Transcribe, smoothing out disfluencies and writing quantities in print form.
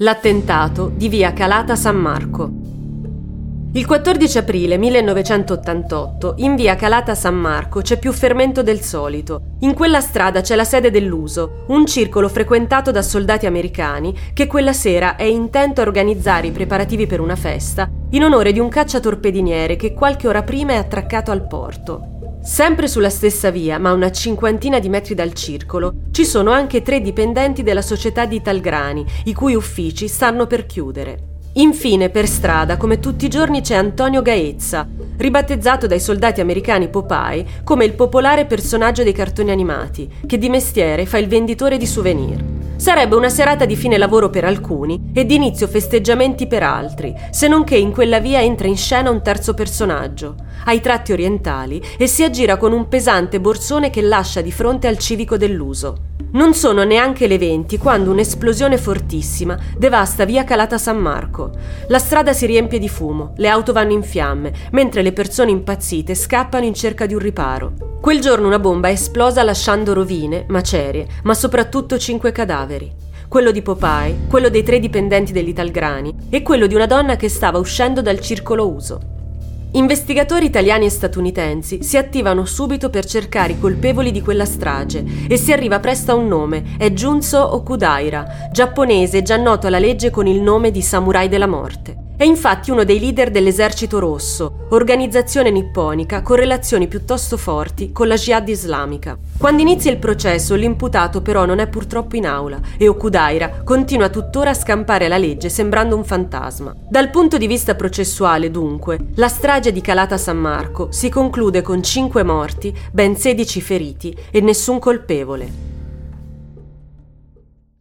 L'attentato di via Calata San Marco. Il 14 aprile 1988 in via Calata San Marco c'è più fermento del solito. In quella strada c'è la sede dell'USO, un circolo frequentato da soldati americani che quella sera è intento a organizzare i preparativi per una festa in onore di un cacciatorpediniere che qualche ora prima è attraccato al porto. Sempre sulla stessa via, ma a una cinquantina di metri dal circolo, ci sono anche 3 dipendenti della società di Italgrani, i cui uffici stanno per chiudere. Infine, per strada, come tutti i giorni, c'è Antonio Gaezza, ribattezzato dai soldati americani Popeye come il popolare personaggio dei cartoni animati, che di mestiere fa il venditore di souvenir. Sarebbe una serata di fine lavoro per alcuni e di inizio festeggiamenti per altri, se non che in quella via entra in scena un terzo personaggio, ha i tratti orientali e si aggira con un pesante borsone che lascia di fronte al civico dell'USO. Non sono neanche le 20 quando un'esplosione fortissima devasta via Calata San Marco. La strada si riempie di fumo, le auto vanno in fiamme, mentre le persone impazzite scappano in cerca di un riparo. Quel giorno una bomba è esplosa lasciando rovine, macerie, ma soprattutto 5 cadaveri. Quello di Popeye, quello dei 3 dipendenti dell'Italgrani e quello di una donna che stava uscendo dal circolo USO. Investigatori italiani e statunitensi si attivano subito per cercare i colpevoli di quella strage e si arriva presto a un nome, è Junso Okudaira, giapponese già noto alla legge con il nome di Samurai della Morte. È infatti uno dei leader dell'Esercito Rosso, organizzazione nipponica con relazioni piuttosto forti con la Jihad islamica. Quando inizia il processo, l'imputato però non è purtroppo in aula e Okudaira continua tuttora a scampare la legge sembrando un fantasma. Dal punto di vista processuale, dunque, la strage di Calata San Marco si conclude con 5 morti, ben 16 feriti e nessun colpevole.